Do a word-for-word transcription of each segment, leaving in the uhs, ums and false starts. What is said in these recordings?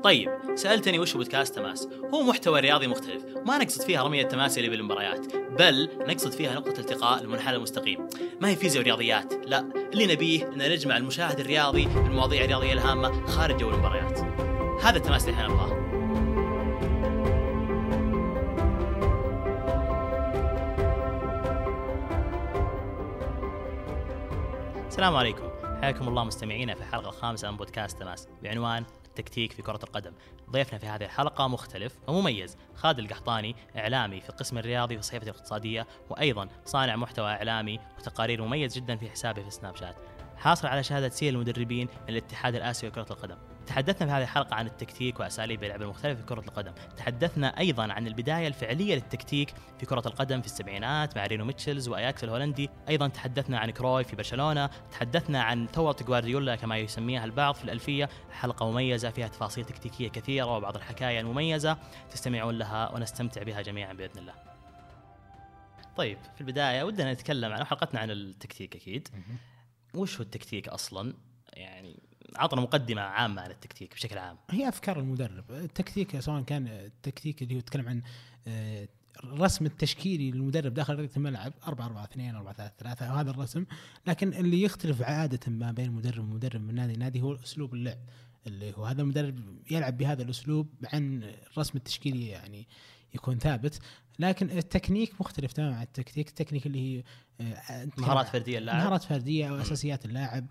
طيب سألتني وش بودكاست تماس؟ هو محتوى رياضي مختلف، ما نقصد فيها رمي التماس اللي بالمباريات، بل نقصد فيها نقطة التقاء المنحنى المستقيم. ما هي فيزياء ورياضيات، لا، اللي نبيه أن نجمع المشاهد الرياضي بالمواضيع الرياضية الهامة خارج جو المباريات. هذا التماس اللي احنا نبغاه. السلام عليكم، حياكم الله مستمعينا في الحلقة الخامسة من بودكاست تماس بعنوان التكتيك في كرة القدم. ضيفنا في هذه الحلقة مختلف ومميز، خالد القحطاني، إعلامي في القسم الرياضي في الصحيفة الاقتصادية، وأيضا صانع محتوى إعلامي وتقارير مميز جدا في حسابه في سناب شات، حاصل على شهادة سي المدربين من الاتحاد الآسيوي لكرة القدم. تحدثنا في هذه الحلقة عن التكتيك وأساليب اللعب المختلفة في كرة القدم. تحدثنا أيضا عن البداية الفعلية للتكتيك في كرة القدم في السبعينات مع رينو ميتشلز وأياكس الهولندي. أيضا تحدثنا عن كروي في برشلونة. تحدثنا عن ثورة غوارديولا كما يسميها البعض في الألفية. حلقة مميزة فيها تفاصيل تكتيكية كثيرة وبعض الحكاية المميزة تستمعون لها ونستمتع بها جميعا بإذن الله. طيب في البداية ودنا نتكلم عن حلقتنا عن التكتيك أكيد. وش هو التكتيك أصلا؟ يعني عطنا مقدمة عامة عن التكتيك بشكل عام. هي أفكار المدرب. التكتيك سواء كان التكتيك اللي هو يتكلم عن الرسم التشكيلي للمدرب داخل أرضية الملعب أربعة أربعة اثنين أربعة ثلاثة ثلاثة، وهذا الرسم. لكن اللي يختلف عادة ما بين مدرب ومدرب من نادي نادي هو أسلوب اللعب، اللي هو هذا المدرب يلعب بهذا الأسلوب عن الرسم التشكيلي يعني يكون ثابت. لكن التكنيك مختلف تماما عن التكتيك. التكنيك اللي هي مهارات فردية اللاعب، مهارات فردية أو أساسيات اللاعب.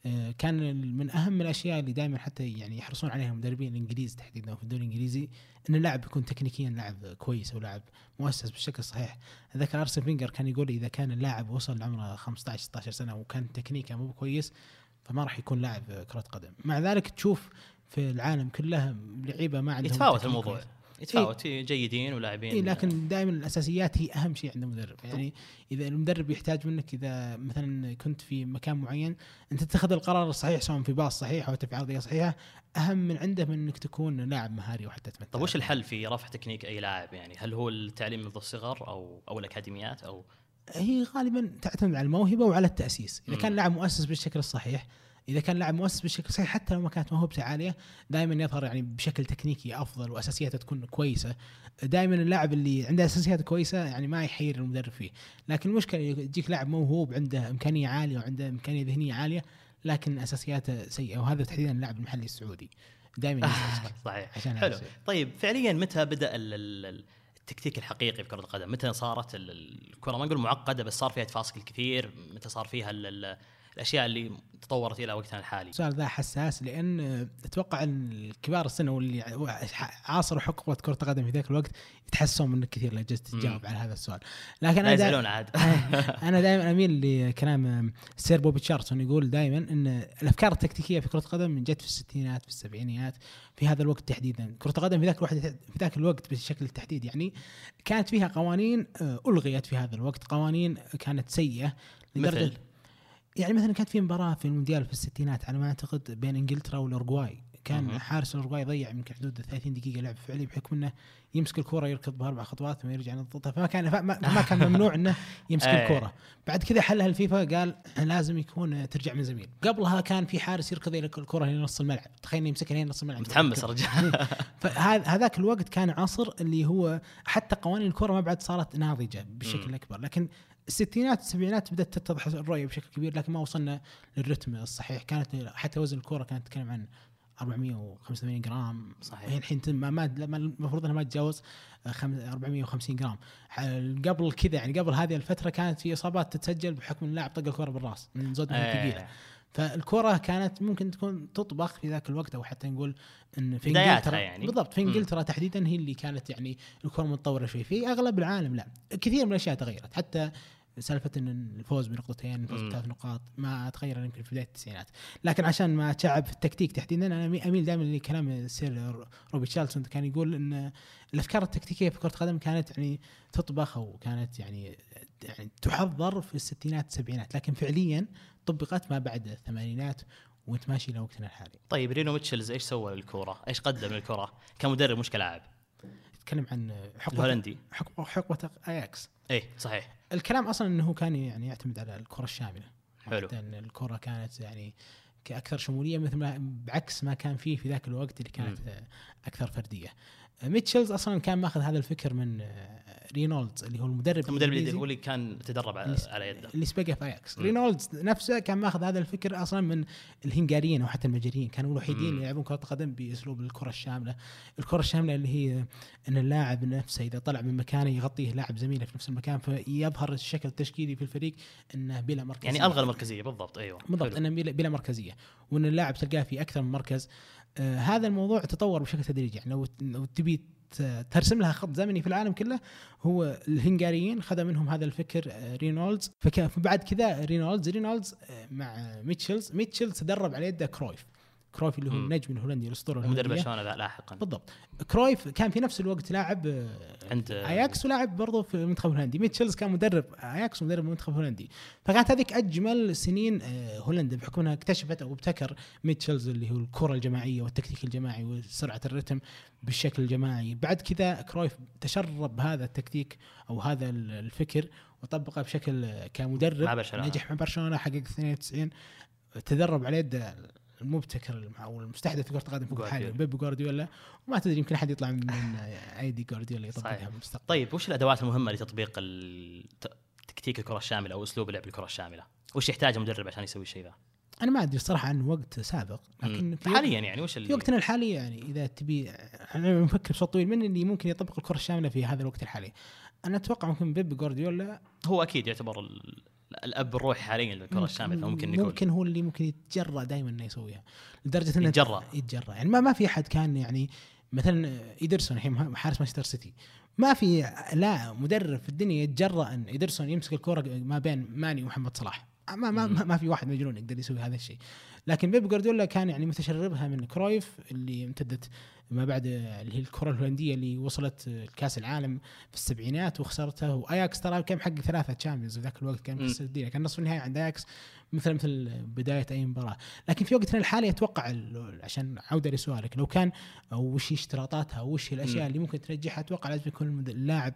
كان من أهم الأشياء اللي دائما حتى يعني يحرصون عليها المدربين الإنجليز تحديدا في الدوري الإنجليزي، أن اللاعب يكون تكنيكيا لاعب كويس ولاعب مؤسس بالشكل الصحيح. ذكر أرسن فينجر كان يقول إذا كان اللاعب وصل لعمره خمسة عشر ستة عشر سنة وكان تكنيكه مو كويس فما راح يكون لاعب كرة قدم. مع ذلك تشوف في العالم كله لعيبة ما عندهم يتفاوت الموضوع كويس. يتفاوت إيه؟ جيدين ولاعبين إيه، لكن دائما الأساسيات هي أهم شيء عند المدرب. يعني إذا المدرب يحتاج منك، إذا مثلا كنت في مكان معين أنت تتخذ القرار الصحيح سواء في باص صحيح أو في عرضية صحيحة، أهم من عنده من أنك تكون لاعب مهاري وحتى تمثل. طب وش الحل في رفع تكنيك أي لاعب؟ يعني هل هو التعليم منذ الصغر أو أو الأكاديميات أو؟ هي غالبا تعتمد على الموهبة وعلى التأسيس. إذا كان لاعب مؤسس بالشكل الصحيح، إذا كان لاعب مؤسس بشكل صحيح حتى لو ما كانت موهبته عالية دائما يظهر يعني بشكل تكنيكي أفضل وأساسياته تكون كويسة. دائما اللاعب اللي عنده أساسيات كويسة يعني ما يحير المدرب فيه. لكن المشكلة يجيك لاعب موهوب عنده إمكانية عالية وعنده إمكانية ذهنية عالية لكن أساسياته سيئة، وهذا تحديدا اللاعب المحلي السعودي دائما صحيح. حلو. طيب فعليا متى بدأ التكتيك الحقيقي في كرة القدم؟ متى صارت الكرة ما نقول معقدة بس صار فيها تفاصيل كثير؟ متى صار فيها الأشياء اللي تطورت إلى وقتنا الحالي؟ السؤال ذا حساس لأن أتوقع أن الكبار السن واللي عاصروا حقبة كرة القدم في ذاك الوقت يتحسون منك كثير لو جلست تجاوب على هذا السؤال. لكن لا يزعلون عاد. أنا دائما أميل لكلام سير بوبي تشارلتون، يقول دائما أن الأفكار التكتيكية في كرة القدم جت في الستينات في السبعينيات في هذا الوقت تحديدا. كرة القدم في ذاك الوقت في ذاك الوقت بشكل التحديد يعني كانت فيها قوانين ألغيت في هذا الوقت، قوانين كانت سيئة مثل يعني مثلا كانت في مباراة في المونديال في الستينات على ما أعتقد بين إنجلترا والأورجواي، كان مم. حارس الأورجواي ضيع من حدود ثلاثين دقيقة لعب فعلي بحكم أنه يمسك الكرة يركض بأربع خطوات ثم يرجع يضغطها، فما كان فما كان ممنوع أنه يمسك الكرة. بعد كذا حلها الفيفا قال لازم يكون ترجع من زميل. قبلها كان في حارس يركض إلى الكرة لنص الملعب، تخيل يمسكها لين نص الملعب. متحمس رجال. فهذاك الوقت كان عصر اللي هو حتى قوانين الكرة ما بعد صارت ناضجة بشكل مم. أكبر. لكن الستينات السبعينات بدأت تتضح الرؤية بشكل كبير لكن ما وصلنا للرتم الصحيح. كانت حتى وزن الكرة كانت تتكلم عن أربعمية وخمسة وثمانين جرام صحيح. الحين ما ما المفروض انها ما تتجاوز أربعمية وخمسين جرام. قبل كذا يعني قبل هذه الفترة كانت في إصابات تتسجل بحكم اللاعب طق الكرة بالراس من زود من الثقيلة. فالكرة كانت ممكن تكون تطبخ في ذاك الوقت، أو حتى نقول إن في إنجلترا يعني. بالضبط في إنجلترا تحديدا هي اللي كانت يعني الكرة متطورة شوي. في أغلب العالم لا، كثير من الأشياء تغيرت، حتى سالفة إن الفوز بنقطتين الفوز بثلاث نقاط ما تغير يمكن في بداية التسعينات. لكن عشان ما أتشعب في التكتيك تحديدا أنا أميل دائما لكلام سير روبي تشارلتون، كان يقول إن الأفكار التكتيكية في كرة القدم كانت يعني تطبخ أو كانت يعني يعني تحضر في الستينات السبعينات لكن فعليا طبقت ما بعد الثمانينات وانت ماشي لوقتنا الحالي. طيب رينو ميتشلز ايش سوى للكرة؟ ايش قدم للكرة كمدرب مش كلاعب؟ يتكلم عن حقبة الهولندي حقبة حقبة اياكس. ايه صحيح. الكلام اصلا انه كان يعني يعتمد على الكرة الشاملة. حلو. ان الكرة كانت يعني كأكثر شمولية مثل ما بعكس ما كان فيه في ذاك الوقت اللي كانت م. أكثر فردية. ميتشلز أصلا كان ماخذ هذا الفكر من رينولدز اللي هو المدرب المدرب اللي هو اللي كان تدرب على, على يده اللي سبقه في اياكس. رينولدز نفسه كان ماخذ هذا الفكر اصلا من الهنغاريين او حتى المجريين، كانوا الوحيدين اللي يلعبون كرة قدم باسلوب الكرة الشاملة. الكرة الشاملة اللي هي ان اللاعب نفسه اذا طلع من مكانه يغطيه لاعب زميله في نفس المكان، فيظهر الشكل التشكيلي في الفريق انه بلا مركزية، يعني الغى المركزية. بالضبط ايوه بالضبط، انه بلا مركزية، وان اللاعب تلقاه في اكثر من مركز. آه هذا الموضوع تطور بشكل تدريجي. يعني لو لو تبي ترسم لها خط زمني في العالم كله، هو الهنغاريين خذ منهم هذا الفكر رينولدز، فبعد كذا رينولدز رينولدز مع ميتشلز ميتشلز تدرب على يده كرويف كرويف اللي هو النجم الهولندي الاسطوره الهولنديه، مدرب برشلونه لاحقا. بالضبط. كرويف كان في نفس الوقت لاعب عند اياكس ولاعب برضه في المنتخب الهولندي. ميتشلز كان مدرب اياكس ومدرب المنتخب الهولندي، فكانت هذيك اجمل سنين هولندا بحكم انها اكتشفت او ابتكر ميتشلز اللي هو الكره الجماعيه والتكتيك الجماعي وسرعه الرتم بالشكل الجماعي. بعد كذا كرويف تشرب هذا التكتيك او هذا الفكر وطبقه بشكل كمدرب مع نجح مع برشلونه، حقق اثنين وتسعين، تدرب على يد المبتكر او المستحدث في كرة القدم في الحالي بيب غوارديولا، وما تدري يمكن أحد يطلع من ايدي غوارديولا يطبقها بالمستقبل. طيب وش الادوات المهمه لتطبيق تكتيك الكرة الشاملة او اسلوب لعب الكرة الشاملة؟ وش يحتاج مدرب عشان يسوي الشيء ذا؟ انا ما ادري الصراحه عن وقت سابق، لكن في حاليا يعني وش في وقتنا الحالي يعني اذا تبي انا نفكر بصوت طويل من اللي ممكن يطبق الكرة الشاملة في هذا الوقت الحالي. انا اتوقع ممكن بيب غوارديولا هو اكيد يعتبر الاب الروحي حاليا للكرة الشاملة، فممكن يقول ممكن هو اللي ممكن يتجرأ دائما انه يسويها لدرجه انه يتجرأ يتجرأ يعني ما ما في احد كان يعني مثلا إيدرسون الحين حارس مانشستر سيتي، ما في لا مدرب في الدنيا يتجرأ ان إيدرسون يمسك الكرة ما بين ماني ومحمد صلاح، ما ما ما في واحد مجنون يقدر يسوي هذا الشيء. لكن بيب غوارديولا كان يعني متشربها من كرويف اللي امتدت ما بعد اللي هي الكرة الهولندية اللي وصلت الكاس العالم في السبعينات وخسرته، وأياكس ترى كم حق ثلاثة تشامبيونز ذاك الوقت كان مكسر الدنيا، كان نصف النهائي عند أياكس مثل مثل بداية أي مباراة. لكن في وقتنا الحالي أتوقع عشان عودة لسؤالك لو كان أو وش اشتراطاتها أو وش الأشياء م. اللي ممكن تنجحها، أتوقع لازم يكون اللاعب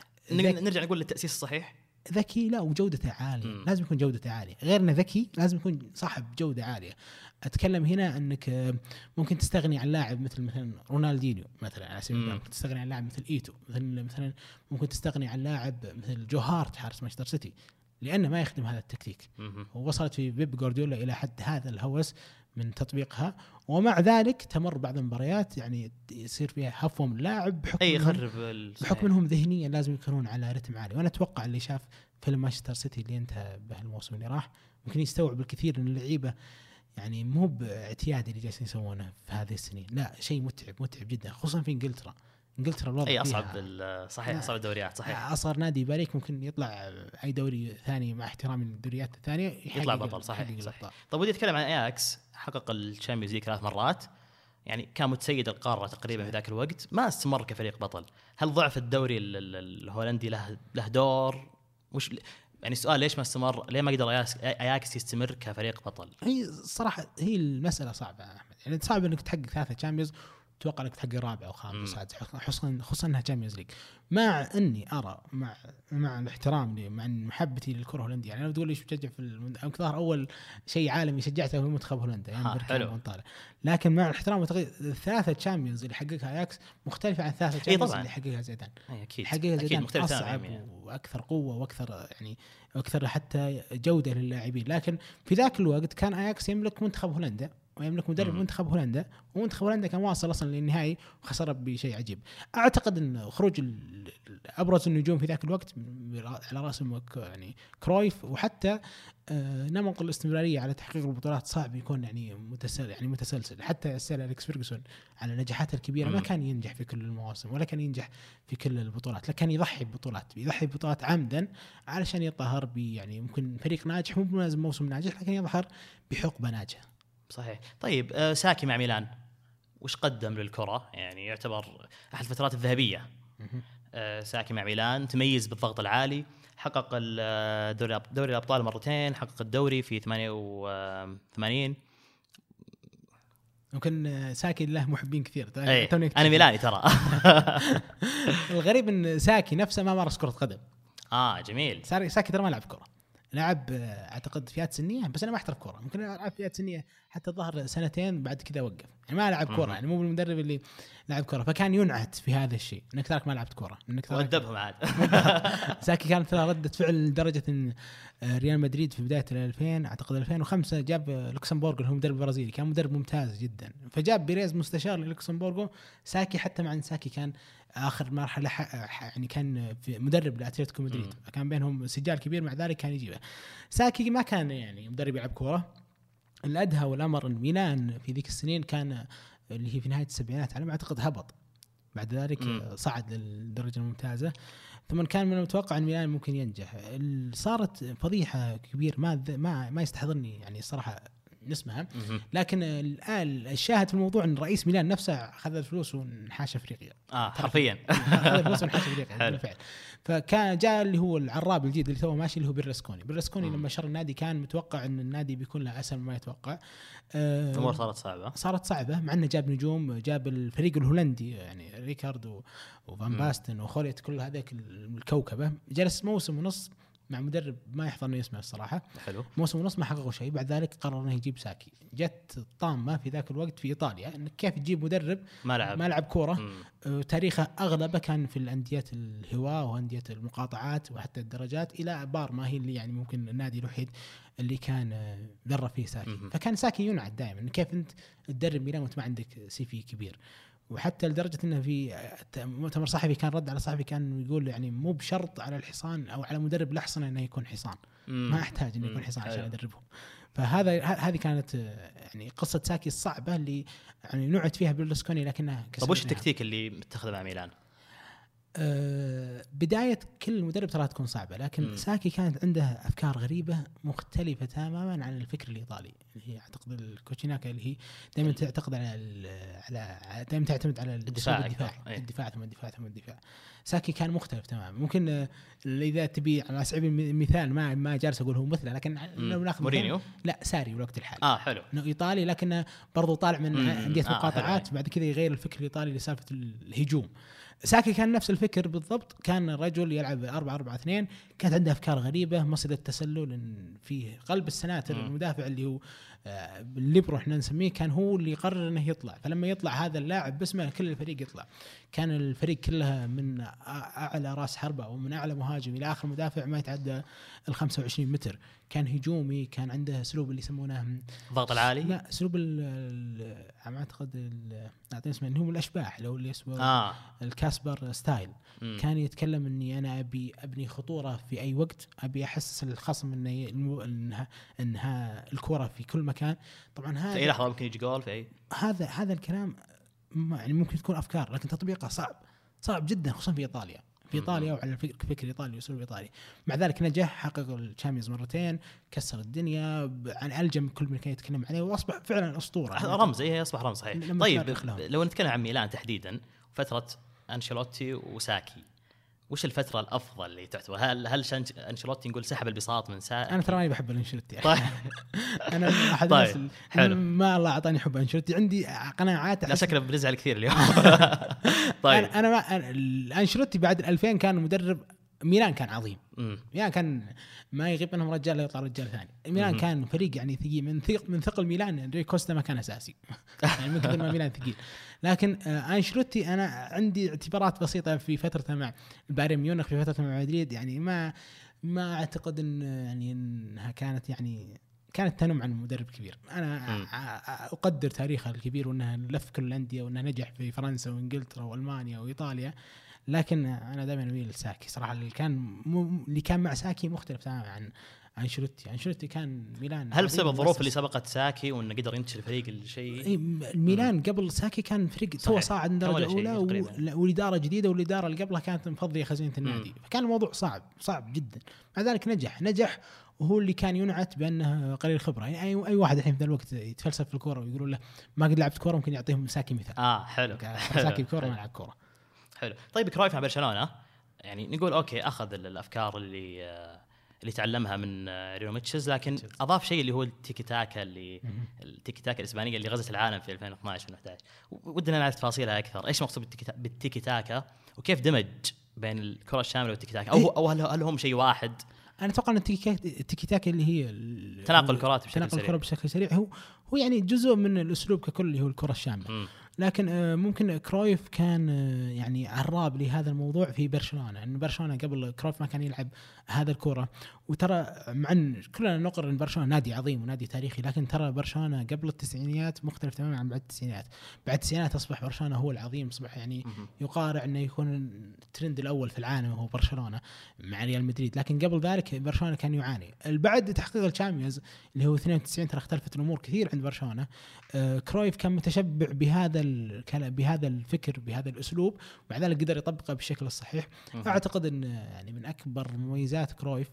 نرجع نقول للتأسيس الصحيح، ذكي لا وجودته عالية. م. لازم يكون جودته عالية، غير انه ذكي لازم يكون صاحب جودة عالية. اتكلم هنا انك ممكن تستغني عن لاعب مثل مثلا رونالدينيو مثلا على سبيل المثال، ممكن تستغني عن لاعب مثل ايتو مثلا مثلا ممكن تستغني عن لاعب مثل جو هارت حارس مانشستر سيتي لانه ما يخدم هذا التكتيك. ووصلت في بيب غوارديولا الى حد هذا الهوس من تطبيقها، ومع ذلك تمر بعض المباريات يعني يصير فيها حفوة من اللاعب بحكم اي يخرب بحكم انهم ذهنيا لازم يكونون على رتم عالي. وانا اتوقع اللي شاف فيلم مانشستر سيتي اللي انتهى به الموسم اللي راح ممكن يستوعب الكثير من اللعيبه يعني مو باعتيادي اللي جالسين يسوونه في هذه السنين، لا شيء متعب متعب جدا، خصوصا في انجلترا. انجلترا الوضع اي اصعب صحيح اصعب الدوريات صحيح. اصغر نادي بالك ممكن يطلع اي دوري ثاني مع احترام الدوريات الثانيه يطلع بطل صحيح, صحيح. طيب ودي اتكلم عن اياكس، حقق الشامبيونز ليج ثلاث مرات، يعني كان متسيد القاره تقريبا في ذاك الوقت، ما استمر كفريق بطل. هل ضعف الدوري الهولندي له له دور؟ وش يعني السؤال ليش ما استمر؟ ليه ما قدر اياكس يستمر كفريق بطل؟ هي الصراحه هي المساله صعبه يا احمد، يعني صعب انك تحقق ثلاثه تشامبيونز توقع انك تحقق رابع او خامس سادس، خصوصا خصوصا انها تشامبيونز ليج. مع اني ارى مع مع الاحترام لي مع محبتي للكره الهولنديه، يعني لو تقول لي ايش بتشجع في المنتخب اول شيء عالمي شجعته في منتخب هولندا يعني بركان طالع، لكن مع الاحترام وتقدير الثلاثه تشامبيونز اللي حققها اياكس مختلفه عن الثلاثه تشامبيونز اللي حققها زيدان. اكيد حققها زيدان اصعب يعني. واكثر قوه واكثر يعني واكثر حتى جوده للاعبين. لكن في ذاك الوقت كان اياكس يملك منتخب هولندا ويملك مدرب مم. منتخب هولندا، ومنتخب هولندا كان واصل اصلا للنهائي وخسر بشيء عجيب. اعتقد ان خروج ابرز النجوم في ذاك الوقت على راسهم يعني كرويف، وحتى نمط الاستمراريه على تحقيق البطولات صعب يكون يعني متسلسل يعني متسلسل. حتى السير أليكس فيرغسون على نجاحاته الكبيره ما كان ينجح في كل المواسم ولا كان ينجح في كل البطولات، لكن يضحي ببطولات يضحي ببطولات عمدا علشان يظهر ب يعني ممكن فريق ناجح، مو لازم موسم ناجح لكن يظهر بحقبه ناجحه. صحيح. طيب آه ساكي مع ميلان وش قدم للكرة؟ يعني يعتبر أحد الفترات الذهبية. آه ساكي مع ميلان تميز بالضغط العالي، حقق دوري دوري الأبطال مرتين، حقق الدوري في ثمانية وثمانين. ممكن ساكي له محبين كثير. أي أنا ميلاني ترى. الغريب إن ساكي نفسه ما مارس كرة قدم. آه جميل. ساكي ترى ما لعب كرة، لعب اعتقد فئات سنيه، بس انا ما احترف كوره، ممكن العب فئات سنيه حتى ظهر سنتين بعد كذا وقف، يعني ما لعب كوره، يعني مو بالمدرب اللي لعب كوره. فكان ينعت في هذا الشيء انك تراك ما لعبت كوره، انك ودبهم عاد. ساكي كانت ترى ردة فعل لدرجه ان ريال مدريد في بدايه الألفين اعتقد ألفين وخمسة جاب لوكسمبورغ اللي هو مدرب برازيلي، كان مدرب ممتاز جدا، فجاب بيريز مستشار للوكسمبورغ. ساكي حتى مع ان ساكي كان اخر مرحله يعني كان في مدرب لاتلتيكو مدريد، كان بينهم سجال كبير، مع ذلك كان يجيبه. ساكي ما كان يعني مدرب يلعب كوره. الادهى والامر الميلان في ذيك السنين كان اللي هي في نهايه السبعينات على ما اعتقد هبط، بعد ذلك م. صعد للدرجه الممتازه. ثم كان من المتوقع ان ميلان ممكن ينجح. صارت فضيحه كبير ما ما ما يستحضرني يعني الصراحه نسمها، لكن الآن الشاهد في الموضوع ان رئيس ميلان نفسه اخذ الفلوس ونحاش افريقيا. اه حرفيا اخذ الفلوس ونحاش افريقيا بالفعل. فكان جاء اللي هو العراب الجديد اللي تو ماشي اللي هو بيرلسكوني. بيرلسكوني لما شر النادي كان متوقع ان النادي بيكون له اسهل ما يتوقع. الامور آه صارت صعبه صارت صعبه مع انه جاب نجوم، جاب الفريق الهولندي يعني ريكاردو وفان باستن وخوليت، كل هذاك الكوكبه. جلس موسم ونص مع مدرب ما يحضرني اسمه الصراحه، حلو. موسم ونص ما حققوا شيء. بعد ذلك قرر انه يجيب ساكي. جت الطامه في ذاك الوقت في ايطاليا انك كيف تجيب مدرب ما لعب ما لعب كوره. تاريخه اغلبه كان في الانديه الهواء وانديه المقاطعات وحتى الدرجات، الى بارما هي اللي يعني ممكن النادي الوحيد اللي كان درب فيه ساكي. م- فكان ساكي ينعد دائما كيف انت تدرب ميلان وانت ما عندك سيفي كبير. وحتى لدرجه انه في مؤتمر صحفي كان رد على صحفي كان يقول يعني مو بشرط على الحصان او على مدرب الاحصنه انه يكون حصان، مم. ما احتاج انه يكون حصان عشان أيوه. ادربهم. فهذا هذه كانت يعني قصه ساكي الصعبه اللي يعني نوعت فيها بيرلسكوني لكنها. طب وش التكتيك اللي متخذه مع ميلان؟ أه بداية كل مدرب ترى تكون صعبة، لكن م. ساكي كانت عنده أفكار غريبة مختلفة تماما عن الفكر الإيطالي اللي هي أعتقد الكوتشيناكا اللي هي دائما تعتقد على على دائما تعتمد على الدفاع الدفاع أيه. الدفاع ثم الدفاع ثم الدفاع. ساكي كان مختلف تماما. ممكن إذا تبي على سبيل المثال ما ما جالس أقول هو مثله، لكن لو ناخذ مورينيو لا ساري بالوقت الحالي آه حلو إنه إيطالي لكنه برضو طالع من أندية آه مقاطعات. بعد كذا يغير الفكر الإيطالي لسالفة الهجوم. ساكي كان نفس الفكر بالضبط، كان رجل يلعب أربعة أربعة اثنين، كانت عنده أفكار غريبة، مصيدة التسلل في قلب السناتر. المدافع اللي هو الليبرو احنا نسميه كان هو اللي يقرر انه يطلع، فلما يطلع هذا اللاعب باسمه كل الفريق يطلع. كان الفريق كلها من اعلى راس حربة ومن اعلى مهاجم الى اخر مدافع ما يتعدى ال خمسة وعشرين متر. كان هجومي، كان عنده اسلوب اللي يسمونه الضغط العالي، لا اسلوب ما اعتقد اعطيني اسمه اللي هو الاشباح لو اللي اسمه آه. الكاسبر ستايل. م. كان يتكلم اني انا ابي ابني خطوره في اي وقت، ابي احسس الخصم انه انها انها الكره في كل مكان. طبعا هذا في اي لحظه ممكن يجي جول في اي هذا هذا الكلام يعني ممكن تكون افكار، لكن تطبيقه صعب صعب جدا، خصوصا في ايطاليا في ايطاليا وعلى فكر ايطالي واسلوب ايطالي. مع ذلك نجح، حقق الشامبيونز مرتين، كسر الدنيا عن الجم كل من كان يتكلم عليه، واصبح فعلا اسطوره رمز. ايه اصبح رمز صحيح. طيب لو نتكلم عن ميلان تحديدا فتره انشيلوتي وساكي، وش الفتره الافضل اللي تعتبر؟ هل هل انشيلوتي نقول سحب البساط من ساكي؟ انا ترى ماني بحب انشيلوتي. طيب انا احد طيب. الناس ما الله اعطاني حب انشيلوتي، عندي قناعات. لا شكله بنزعل كثير اليوم. طيب انا ما انشيلوتي بعد الألفين كان مدرب ميلان كان عظيم. ميلان كان ما يغيب منهم رجال يطلع رجال ثاني. ميلان كان فريق يعني ثقيل، من ثقل من ثقل ميلان ري كوستا ما كان اساسي يعني من كثر ما ميلان ثقيل. لكن انشيلوتي انا عندي اعتبارات بسيطه في فترته مع بايرن ميونخ، في فترته مع مدريد، يعني ما ما اعتقد ان يعني انها كانت يعني كانت تنم عن مدرب كبير. انا م. اقدر تاريخه الكبير وانه لف كل الانديه وانه نجح في فرنسا وانجلترا والمانيا وايطاليا، لكن انا دائما اميل لساكي صراحه. اللي كان م... اللي كان مع ساكي مختلف تماما عن انشيلوتي. انشيلوتي كان ميلان. هل بسبب الظروف اللي سبقت ساكي وانه قدر ينتشل الفريق الشيء؟ الميلان قبل ساكي كان فريق تو صاعد من درجه اولى و... والاداره جديده، والاداره اللي قبلها كانت مفضيه خزينه النادي. م. فكان الموضوع صعب صعب جدا. مع ذلك نجح نجح وهو اللي كان ينعت بانه قليل الخبره. يعني اي اي واحد الحين في ذا الوقت يتفلسف في الكوره ويقولوا له ما قد لعبت كوره، ممكن يعطيهم ساكي مثال. اه حلو. ساكي الكوره ما لعب كوره. حلو. طيب كرايف مع برشلونه، يعني نقول اوكي اخذ الافكار اللي اللي تعلمها من ريو ميتشز، لكن اضاف شيء اللي هو التيكي تاكا، اللي التيكي تاكا الاسبانيه اللي غزت العالم في ألفين واثني عشر وأحد عشر. ودنا نعرف تفاصيلها اكثر. ايش مقصود بالتيكي تاكا وكيف دمج بين الكره الشامله والتيكي تاكا، او او هل هل هم شيء واحد انا اتوقع ان التيكي تاكا اللي هي تناقل الكرات بشكل تناقل سريع الكرة بشكل سريع هو هو يعني جزء من الاسلوب ككل اللي هو الكرة الشاملة. م. لكن ممكن كرويف كان يعني عراب لهذا الموضوع في برشلونة، ان يعني برشلونة قبل كرويف ما كان يلعب هذا الكرة. وترى مع ان كلنا نقر ان برشلونة نادي عظيم ونادي تاريخي، لكن ترى برشلونة قبل التسعينيات مختلف تماما عن بعد التسعينيات. بعد التسعينيات اصبح برشلونة هو العظيم، اصبح يعني يقارع انه يكون الترند الاول في العالم هو برشلونة مع ريال مدريد. لكن قبل ذلك برشلونة كان يعاني. بعد تحقيق الشامبيونز اللي هو اثنين وتسعين ترى اختلفت الامور كثير عند برشلونة. كرويف كان متشبع بهذا بهذا الفكر بهذا الاسلوب، ومع ذلك قدر يطبقه بالشكل الصحيح. اعتقد ان يعني من اكبر مميزات كرويف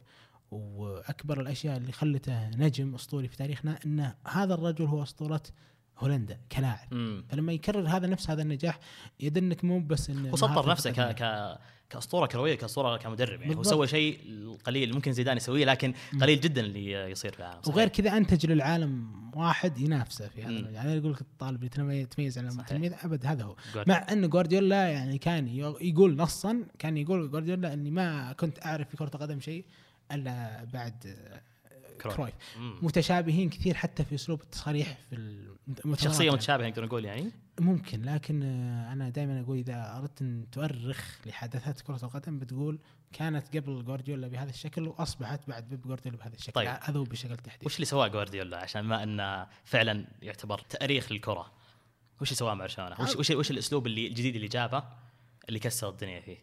واكبر الاشياء اللي خلته نجم اسطوري في تاريخنا ان هذا الرجل هو اسطوره هولندا كلاعب. مم. فلما يكرر هذا نفس هذا النجاح يدنك مو بس انه وسطر نفسه ك ك كاسطوره كرويه كاسطوره كمدرب. يعني هو سوى شيء قليل ممكن زيدان يسويه، لكن قليل جدا اللي يصير في العالم. وغير كذا انتج للعالم واحد ينافسه في هذا. يعني يقول لك الطالب يتميز على التلميذ ابد هذا هو. مع ان جوارديولا يعني كان يقول نصا كان يقول جوارديولا اني ما كنت اعرف في كرة القدم شيء الا بعد كرويف. متشابهين كثير حتى في اسلوب التصريح في الشخصيه متشابهه نقدر نقول يعني ممكن. لكن انا دائما اقول اذا اردت ان تؤرخ لحدثات كره القدم بتقول كانت قبل جوارديولا بهذا الشكل واصبحت بعد بيب جوارديولا بهذا الشكل. طيب. هذا هو بشكل تحديد. وش اللي سواه جوارديولا عشان ما انه فعلا يعتبر تاريخ للكره؟ وش سواه مع برشلونه؟ وش وش وش الاسلوب اللي الجديد اللي جابه اللي كسر الدنيا فيه؟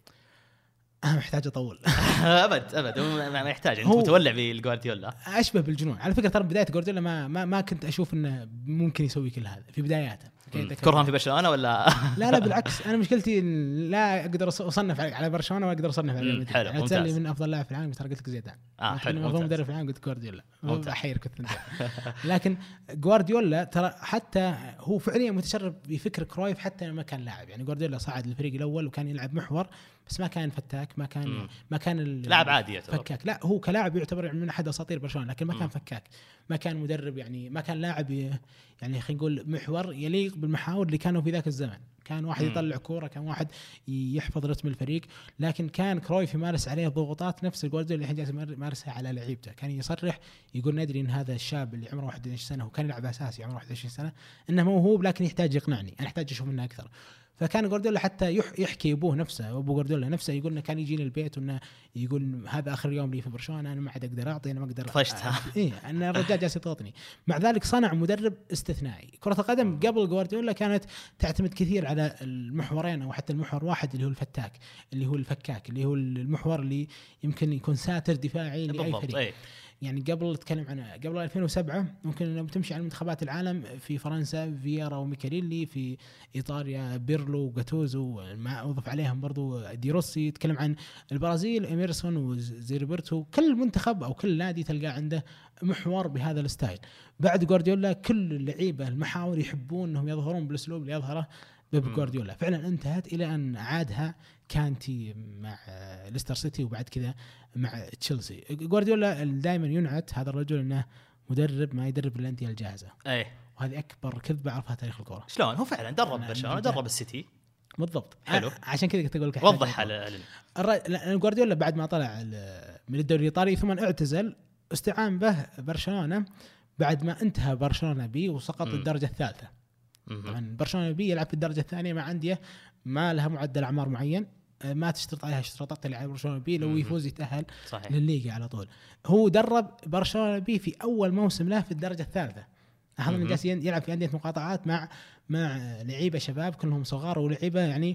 أنا محتاج أطول. أبد أبد ما يحتاج. أنت متولع بالجوارديولا. أشبه بالجنون على فكرة. ترى بداية جوارديولا ما ما ما كنت أشوف إنه ممكن يسوي كل هذا في بداياته. كرهان في برشلونة ولا؟ لا لا بالعكس. أنا مشكلتي لا أقدر أصنف على برشلونة ولا أقدر أصنف على ريال مدريد. أنا تسألني من أفضل لاعب في العالم ترى قلت لك زيدان. آه حلو. أفضل مدرب في العالم قلت جوارديولا. أحير كنت. لكن جوارديولا ترى حتى هو فعليا متشرب بفكر كرويف حتى لما كان لاعب. يعني جوارديولا صعد للفريق الأول وكان يلعب محور بس ما كان فتاك، ما كان مم. ما كان لاعب عادي يعتبر فكاك. لا هو كلاعب يعتبر من احد اساطير برشلونه، لكن ما مم. كان فكاك، ما كان مدرب. يعني ما كان لاعب يعني خلينا نقول محور يليق بالمحاور اللي كانوا في ذاك الزمن. كان واحد مم. يطلع كوره، كان واحد يحفظ رتم الفريق. لكن كان كرويف يمارس عليه ضغوطات نفس جوارديولا اللي الحين يمارسها على لعيبته. كان يصرح يقول ندري ان هذا الشاب اللي عمره واحد وعشرين سنه وكان يلعب اساسي عمره واحد وعشرين سنه انه موهوب، لكن يحتاج يقنعني، انا احتاج اشوف منه اكثر. فكان جوارديولا حتى يحكي ابوه نفسه، ابو جوارديولا نفسه يقول انه كان يجيني البيت وانه يقول هذا اخر يوم لي في برشلونه، انا ما عاد اقدر اعطي، انا ما اقدر طفشتها. ايه ان الرجال جالس يضغطني. مع ذلك صنع مدرب استثنائي. كره القدم قبل جوارديولا كانت تعتمد كثير على المحورين او حتى المحور واحد اللي هو الفتاك، اللي هو الفكاك، اللي هو المحور اللي يمكن يكون ساتر دفاعي لاي فريق. ايه. يعني قبل نتكلم عن قبل ألفين وسبعة ممكن لما تمشي على منتخبات العالم في فرنسا فييرا وميكاليلي، في إيطاليا بيرلو وغاتوزو، ما أضف عليهم برضو دي روسي. يتكلم عن البرازيل إميرسون وزيربرتو. كل منتخب أو كل نادي تلقى عنده محور بهذا الستايل. بعد جوارديولا كل اللعيبة المحاور يحبون أنهم يظهرون بالأسلوب اللي يظهره بيب جوارديولا. فعلا انتهت إلى أن عادها كانتي مع ليستر سيتي وبعد كذا مع تشيلسي. جوارديولا دائما ينعت هذا الرجل انه مدرب ما يدرب الانديه الجاهزه. ايه. وهذه اكبر كذبه عرفها تاريخ الكره. شلون هو فعلا درب برشلونه، درب السيتي بالضبط. حلو. عشان كذا كنت اقول لك وضح على جوارديولا بعد ما طلع من الدوري الايطالي ثم اعتزل، استعان به برشلونه بعد ما انتهى برشلونه بي وسقط الدرجه الثالثه. طبعا برشلونه بي يلعب في الدرجه الثانيه مع انديه ما لها معدل اعمار معين، ما تشترط عليها اشتراطات اللي على برشلونه بي، لو يفوز يتأهل صحيح للليغا على طول. هو درب برشلونه بي في اول موسم له في الدرجه الثالثه. هذا من جالس يلعب في انديه مقاطعات مع مع لعيبه شباب كلهم صغار ولعيبه يعني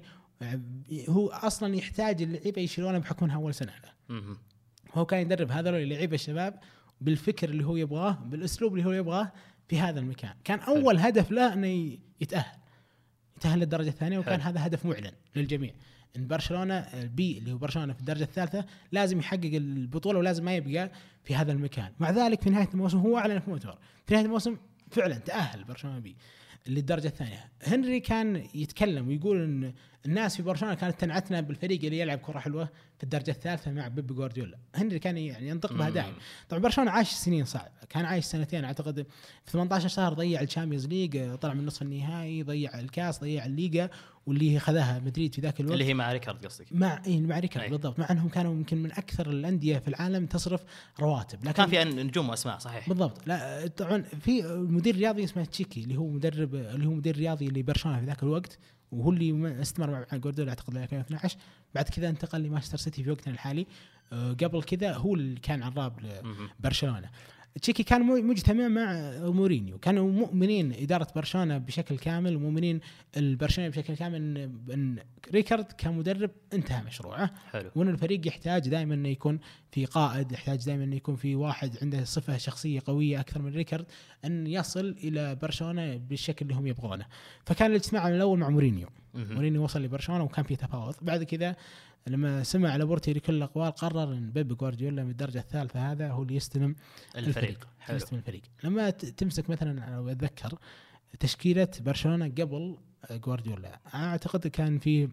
هو اصلا يحتاج اللعيبه يشيلونه بحكم انها اول سنه له. هو كان يدرب هذول اللعيبه الشباب بالفكر اللي هو يبغاه، بالاسلوب اللي هو يبغاه في هذا المكان. كان اول هدف له انه يتأهل يتأهل للدرجه الثانيه، وكان حل. هذا هدف معلن للجميع ان برشلونه البي اللي هو برشلونه في الدرجه الثالثه لازم يحقق البطوله ولازم ما يبقى في هذا المكان. مع ذلك في نهايه الموسم هو اعلن في مؤتمر في نهايه الموسم فعلا تأهل برشلونه بي للدرجه الثانيه. هنري كان يتكلم ويقول ان الناس في برشلونه كانت تنعتنا بالفريق اللي يلعب كره حلوه في الدرجه الثالثه مع بيب جوارديولا. هنري كان يعني ينطق بها دائما. طبعا برشلونه عاش سنين صعبه، كان عايش سنتين اعتقد في ثمانية عشر شهر، ضيع الشامبيونز ليج، طلع من نصف النهائي، ضيع الكاس، ضيع الليغا واللي خذاها مدريد في ذاك الوقت اللي هي مع ريكارد قصدك. مع إيه مع ريكارد بالضبط، مع انهم كانوا يمكن من اكثر الانديه في العالم تصرف رواتب، لكن كان في نجوم واسماء صحيح بالضبط. لا طبعا في مدير رياضي اسمه تشيكي اللي هو مدرب اللي هو مدير رياضي لبرشلونه في ذاك الوقت، وهو اللي استمر مع جوارديولا اعتقد ألفين واثني عشر، بعد كذا انتقل لمانشستر سيتي في وقتنا الحالي. قبل كذا هو اللي كان عراب لبرشلونه. تشيكي كان مجتمع مع مورينيو، كانوا مؤمنين إدارة برشلونة بشكل كامل، مؤمنين البرشلونة بشكل كامل إن, إن ريكارد كمدرب انتهى مشروعه. حلو. وإن الفريق يحتاج دائما إنه يكون في قائد، يحتاج دائما إنه يكون في واحد عنده صفة شخصية قوية أكثر من ريكارد أن يصل إلى برشلونة بالشكل اللي هم يبغونه. فكان الاجتماع الأول مع مورينيو. مورينيو وصل لبرشلونة وكان في تفاوض. بعد كذا لما سمع لابورتي لكل الأقوال قرر أن بيب جوارديولا من الدرجة الثالثة هذا هو اللي يستلم الفريق. حلو. يستلم الفريق. لما تمسك مثلا أنا أتذكر تشكيلة برشلونة قبل جوارديولا، أعتقد كان في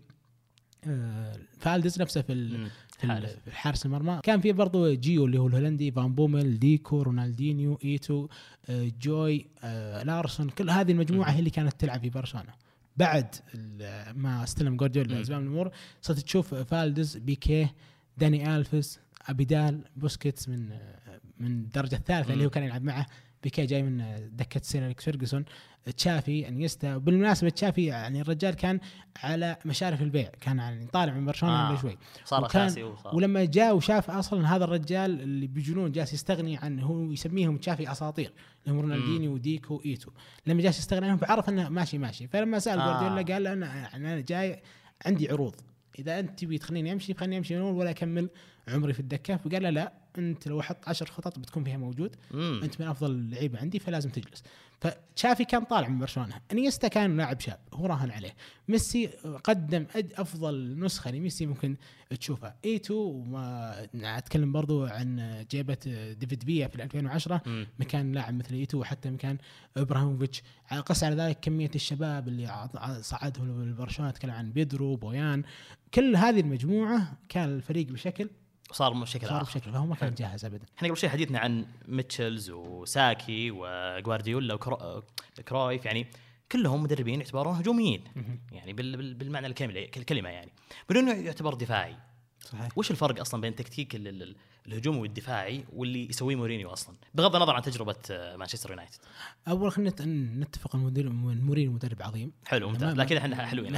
فالدز نفسه في في حارس المرمى، كان في برضو جيو اللي هو الهولندي، فان بومل، ديكو، رونالدينيو، إيتو، جوي، لارسون. كل هذه المجموعة هي اللي كانت تلعب في برشلونة. بعد ما استلم جوارديولا زمام الامور صرت تشوف فالدز، بيكيه، داني ألفيس، ابيدال، بوسكيتس من من الدرجه الثالثه اللي هو كان يلعب معه. بيكيه جاي من دكه سير أليكس فيرغسون، تشافي، انيستا. وبالمناسبه تشافي يعني الرجال كان على مشارف البيع، كان يعني طالع من برشلونه آه. شوي صار اساسي. ولما جاء وشاف اصلا هذا الرجال اللي بجنون جالس يستغني عنه، هو يسميهم تشافي اساطير، اللي هم رونالدينيو وديكو وإيتو، لما جالس يستغني عنهم فعرف انه ماشي ماشي. فلما سال جوارديولا آه. قال انا انا جاي عندي عروض، اذا انت تبي تخليني امشي خليني امشي ولا اكمل عمري في الدكه. فقال له لا، انت لو احط عشر خطط بتكون فيها موجود. مم. انت من افضل اللعيبه عندي فلازم تجلس. فتشافي كان طالع من برشلونه، انيستا كان لاعب شاب هو راهن عليه، ميسي قدم افضل نسخه لميسي ممكن تشوفها. ايتو، وما اتكلم برضو عن جيبه ديفيد فيا في ألفين وعشرة، مم. مكان لاعب مثل ايتو، وحتى مكان ابراهيموفيتش. قس على ذلك كميه الشباب اللي صعدهم لبرشلونه، اتكلم عن بيدرو، بويان، كل هذه المجموعه كان الفريق بشكل صار بشكل صار بشكل فهو ما كان جاهز ابدا. احنا قبل شيء حديثنا عن ميتشلز وساكي وغوارديولا وكرويف، يعني كلهم مدربين يعتبرون هجوميين يعني بالمعنى الكامل الكلمه، يعني بدون يعتبر دفاعي. صحيح. وش الفرق اصلا بين تكتيك الهجومي والدفاعي واللي يسويه مورينيو اصلا بغض النظر عن تجربه مانشستر يونايتد؟ اول خلينا نتفق المدير مورينيو مدرب عظيم. حلو ممتاز، لكن احنا حلوين.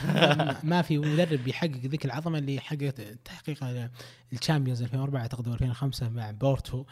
ما في مدرب بيحقق ذيك العظمه اللي حققت تحقيق الشامبيونز ألفين وأربعة اعتقد ألفين وخمسة مع بورتو.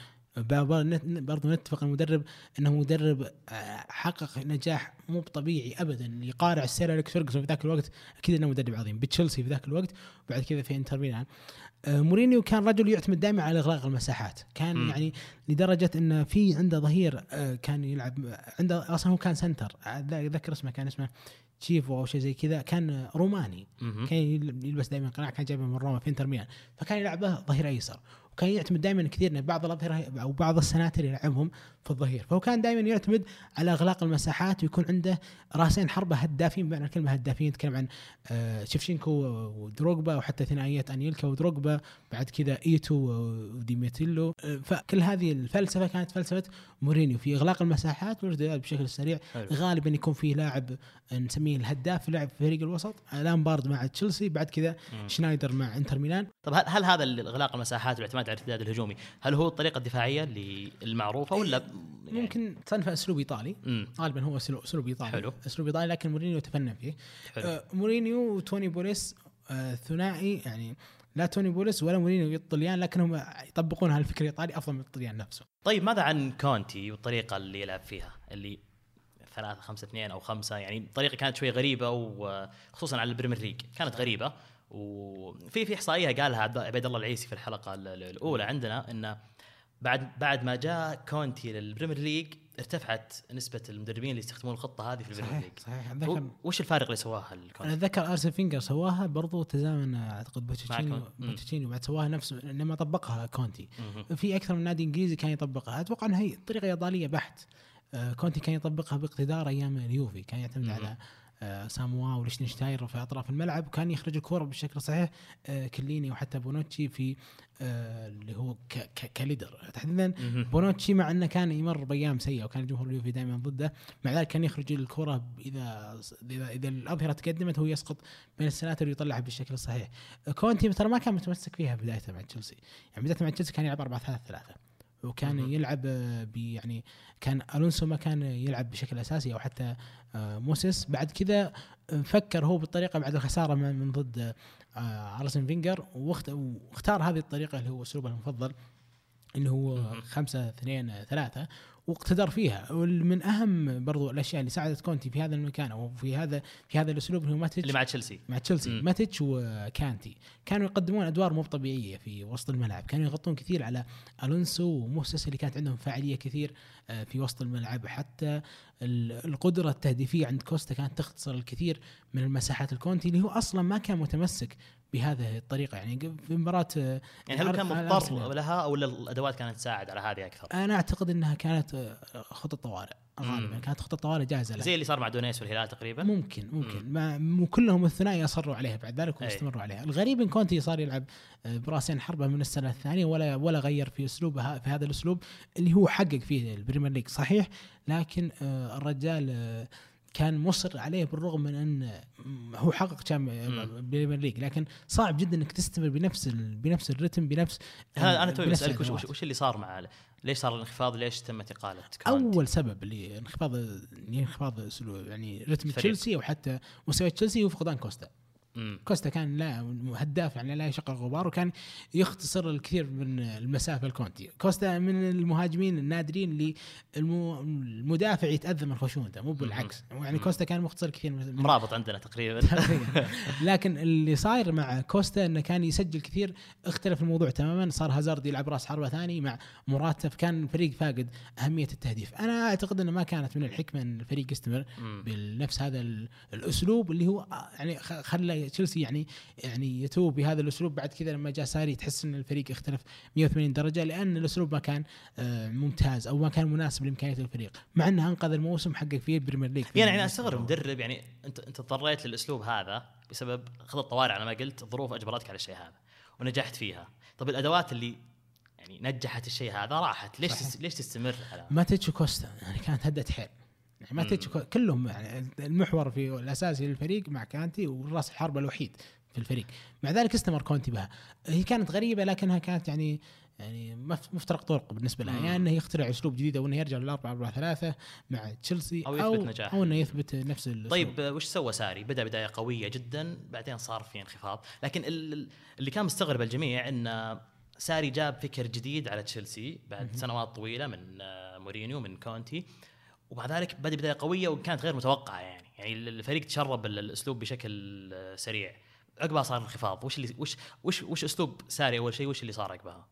برضو نتفق المدرب انه مدرب حقق نجاح مو طبيعي ابدا، يقارع السير أليكس فيرغسون في ذاك الوقت. اكيد انه مدرب عظيم بتشيلسي في ذاك الوقت، وبعد كذا في انتر ميلان. مورينيو كان رجل يعتمد دائما على اغلاق المساحات، كان م. يعني لدرجه ان في عنده ظهير كان يلعب عنده اصلا، هو كان سنتر ذكر اسمه كان اسمه تشيفو او شيء زي كذا، كان روماني م- كان يلبس دائما قناع، كان جايبه من روما في انتر ميلان، فكان يلعبه ظهير ايسر. وكان يعتمد دائما كثير ان بعض الاظهره او بعض السناتر يلعبهم في الظهير، فهو كان دائما يعتمد على اغلاق المساحات ويكون عنده راسين حربه هدافين بمعنى الكلمه هدافين. نتكلم عن شيفشينكو ودروغبا، وحتى ثنائيه انيلكا ودروغبا، بعد كذا ايتو وديميتيلو. فكل هذه الفلسفه كانت فلسفه مورينيو في اغلاق المساحات والارتداد بشكل سريع. غالبا يكون فيه لاعب نسميه الهداف لاعب في فريق الوسط، لامبارد مع تشيلسي، بعد كذا شنايدر مع انتر ميلان. طب هل, هل هذا اغلاق المساحات والاعتماد على الارتداد الهجومي هل هو الطريقه الدفاعيه اللي المعروفه ولا يعني ممكن تصنفه اسلوب ايطالي؟ غالبا هو اسلوب ايطالي. حلو. اسلوب ايطالي لكن مورينيو تفنن فيه. آه مورينيو وتوني بوليس آه ثنائي، يعني لا توني بوليس ولا مورينيو الطليان، لكنهم يطبقون هالفكر الايطالي افضل من الطليان نفسه. طيب ماذا عن كونتي والطريقه اللي يلعب فيها، اللي ثلاثة خمسة اثنين أو خمسة، يعني طريقة كانت شوي غريبة، وخصوصا على البريمير ليج كانت غريبة. وفي في إحصائية قالها عبيد الله العيسي في الحلقة الأولى عندنا، إن بعد بعد ما جاء كونتي للبريمير ليج ارتفعت نسبة المدربين اللي يستخدمون الخطة هذه في البريمير ليج. صحيح. صحيح. وش الفارق اللي سواها الكونتي؟ أنا أتذكر أرسل فينجر سواها برضو تزامن أعتقد بوتشيتشينو بوتشيتشينو بعد سواها نفس لما طبقها كونتي. م- في أكثر من نادي إنجليزي كان يطبقها. أتوقع أنها هي طريقة إيطالية بحت. كونتي كان يطبقها باقتدار أيام اليوفي، كان يعتمد م- على ساموا وليشتنشتاير في اطراف الملعب، وكان يخرج الكره بالشكل الصحيح. كليني وحتى بونوتشي في اللي هو كليدر تحديدا. بونوتشي مع انه كان يمر بايام سيئه وكان الجمهور اليوفي دائما ضده، مع ذلك كان يخرج الكره اذا اذا اذا الاظهره تقدمت هو يسقط بين السناتر ويطلعها بالشكل الصحيح. كونتي ترى ما كان متمسك فيها بدايته مع تشيلسي، يعني بدايته مع تشيلسي كان يلعب أربعة ثلاثة ثلاثة، وكان م- يلعب ب يعني كان ألونسو ما كان يلعب بشكل أساسي أو حتى موسيس. بعد كذا فكر هو بالطريقة بعد الخسارة من ضد أرسن فينجر، واختار هذه الطريقة اللي هو أسلوبه المفضل اللي هو خمسة اثنين ثلاثة، واقتدر فيها. ومن أهم برضو الأشياء اللي ساعدت كونتي في هذا المكان أو في هذا في هذا الأسلوب هو ماتيتش اللي مع تشيلسي مع تشيلسي ماتيتش وكانتي كانوا يقدمون أدوار مو طبيعية في وسط الملعب، كانوا يغطون كثير على ألونسو وموسيس اللي كانت عندهم فاعلية كثير في وسط الملعب. حتى القدرة التهديفية عند كوستا كانت تختصر الكثير من المساحات الكونتي اللي هو أصلا ما كان متمسك بهذه الطريقة. يعني في مباراة يعني هل كان مضطر لها أو الأدوات كانت تساعد على هذه أكثر؟ أنا أعتقد أنها كانت خطة طوارئ غالبا، كانت خطة طوارئ جاهزة لها زي اللي صار مع دونيس والهلال تقريبا. ممكن ممكن ما مو كلهم الثنائي أصروا عليها بعد ذلك واستمروا عليها. الغريب إن كونتي صار يلعب براسين حربة من السنة الثانية ولا ولا غير في أسلوبه في هذا الأسلوب اللي هو حقق فيه البريمير ليج صحيح، لكن الرجال كان مصر عليه بالرغم من أن هو حقق كام بريمير ليج، لكن صعب جدا انك تستمر بنفس بنفس الرتم بنفس. انا توي بسالك وش, وش اللي صار مع ليش صار الانخفاض؟ ليش تم اقاله كونتي؟ اول سبب اللي انخفاض انخفاض يعني رتم تشيلسي او حتى مستوى تشيلسي هو فقدان كوستا. مم. كوستا كان لا هداف يعني لا يشق غبار، وكان يختصر الكثير من المسافه الكونتي. كوستا من المهاجمين النادرين اللي المدافع يتاذى من خشونته مو بالعكس. مم. يعني كوستا كان مختصر كثير من مرابط عندنا تقريبا. لكن اللي صاير مع كوستا انه كان يسجل كثير، اختلف الموضوع تماما. صار هازارد يلعب راس حربة ثاني مع موراتا، كان الفريق فاقد اهميه التهديف. انا اعتقد انه ما كانت من الحكمه ان الفريق يستمر بنفس هذا الاسلوب اللي هو يعني خلى تشيلسي يعني يعني يتوب بهذا الاسلوب. بعد كذا لما جاء ساري تحس ان الفريق اختلف مئة وثمانين درجه، لان الاسلوب ما كان ممتاز او ما كان مناسب لامكانيات الفريق، مع انه انقذ الموسم حقق فيه البريمير ليج. يعني انا استغرب مدرب، يعني انت انت اضطريت للاسلوب هذا بسبب خطه طوارئ على ما قلت، الظروف اجبرتك على الشيء هذا ونجحت فيها. طب الادوات اللي يعني نجحت الشيء هذا راحت، ليش تس... ليش تستمر على ماتيتش وكوستا؟ يعني كانت هدة حيل، يعني ماتيتش كلهم يعني المحور في الاساسي للفريق مع كانتي، والراس الحربة الوحيد في الفريق. مع ذلك استمر كونتي بها. هي كانت غريبة لكنها كانت يعني يعني مفترق طرق بالنسبة لها، يعني انه يخترع اسلوب جديد او انه يرجع للأربعة أربعة ثلاثة مع تشيلسي او يثبت نجاح او انه يثبت نفس الاسلوب. طيب وش سوى ساري؟ بدا بداية قوية جدا، بعدين صار في انخفاض. لكن اللي كان مستغرب الجميع ان ساري جاب فكر جديد على تشيلسي بعد سنوات طويلة من مورينيو من كونتي، ومع ذلك بدا بداية قوية وكانت غير متوقعة. يعني يعني الفريق تشرب الاسلوب بشكل سريع، عقبها صار انخفاض. وش اللي وش وش وش اسلوب ساري اول شيء؟ وش اللي صار عقبها؟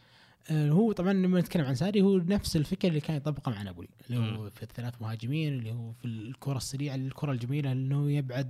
هو طبعا لما نتكلم عن ساري هو نفس الفكر اللي كان يطبقه مع نابولي، اللي هو في الثلاث مهاجمين، اللي هو في الكرة السريعة، الكرة الجميلة، انه يبعد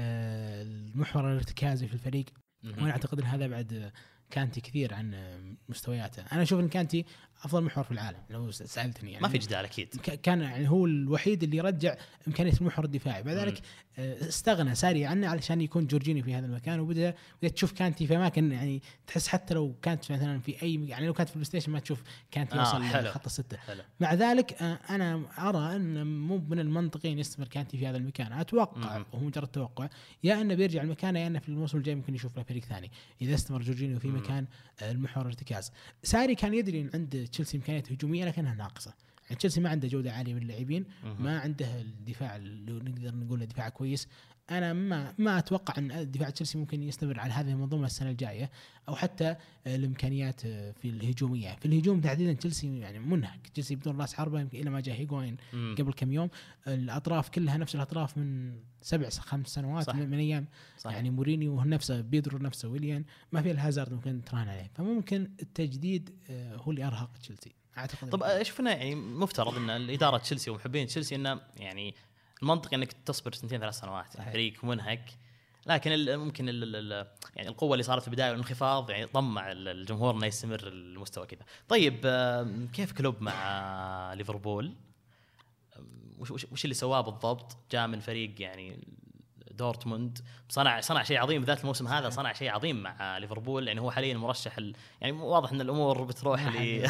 المحور الارتكازي في الفريق. وانا اعتقد ان هذا بعد كانتي كثير عن مستوياته. انا اشوف ان كانتي افضل محور في العالم لو سالتني، يعني ما في جدال اكيد. كان يعني هو الوحيد اللي رجع امكانيه المحور الدفاعي. بعد ذلك استغنى ساري عنه علشان يكون جورجينيو في هذا المكان، وبدا بدأت تشوف كانتي في اماكن يعني تحس حتى لو كانت مثلا في اي يعني لو كانت في البلاي ستيشن ما تشوف كانتي يوصل آه لخط الستة. مع ذلك انا ارى ان مو من المنطقي ان يستمر كانتي في هذا المكان. اتوقع وهو مجرد توقع، يا انه بيرجع المكان يا انه في الموسم الجاي ممكن يشوف له فريق ثاني اذا استمر جورجينيو في مكان المحور الارتكاز. ساري كان يدري ان عند تشيلسي امكانيات هجوميه لكنها ناقصه. يعني تشيلسي ما عنده جوده عاليه من اللاعبين، ما عنده الدفاع اللي نقدر نقول دفاع كويس. انا ما ما اتوقع ان دفاع تشيلسي ممكن يستمر على هذه المنظومه السنه الجايه، او حتى الامكانيات في الهجوميه. في الهجوم تحديدا تشيلسي يعني منهك. تشيلسي بدون راس حربه الى ما جاء هيغوين قبل كم يوم. الاطراف كلها نفس الاطراف من سبع خمس سنوات صح. من ايام صح. يعني مورينيو نفسه، بيدرو نفسه، ويليان، ما في الهازارد ممكن تراهن عليه. فممكن التجديد هو اللي ارهق تشيلسي اعتقد. طب شفنا يعني مفترض ان الاداره تشيلسي ومحبين تشيلسي انه يعني المنطق انك تصبر سنتين ثلاث سنوات، فريق منهك. لكن ال ممكن ال ال يعني القوه اللي صارت في البدايه والانخفاض يعني طمع الجمهور انه يستمر المستوى كذا. طيب كيف كلوب مع ليفربول؟ وش وش اللي سواه بالضبط؟ جاء من فريق يعني دورتموند، صنع صنع شيء عظيم ذات الموسم هذا، صنع شيء عظيم مع ليفربول، يعني هو حاليا مرشح ال... يعني واضح ان الامور بتروح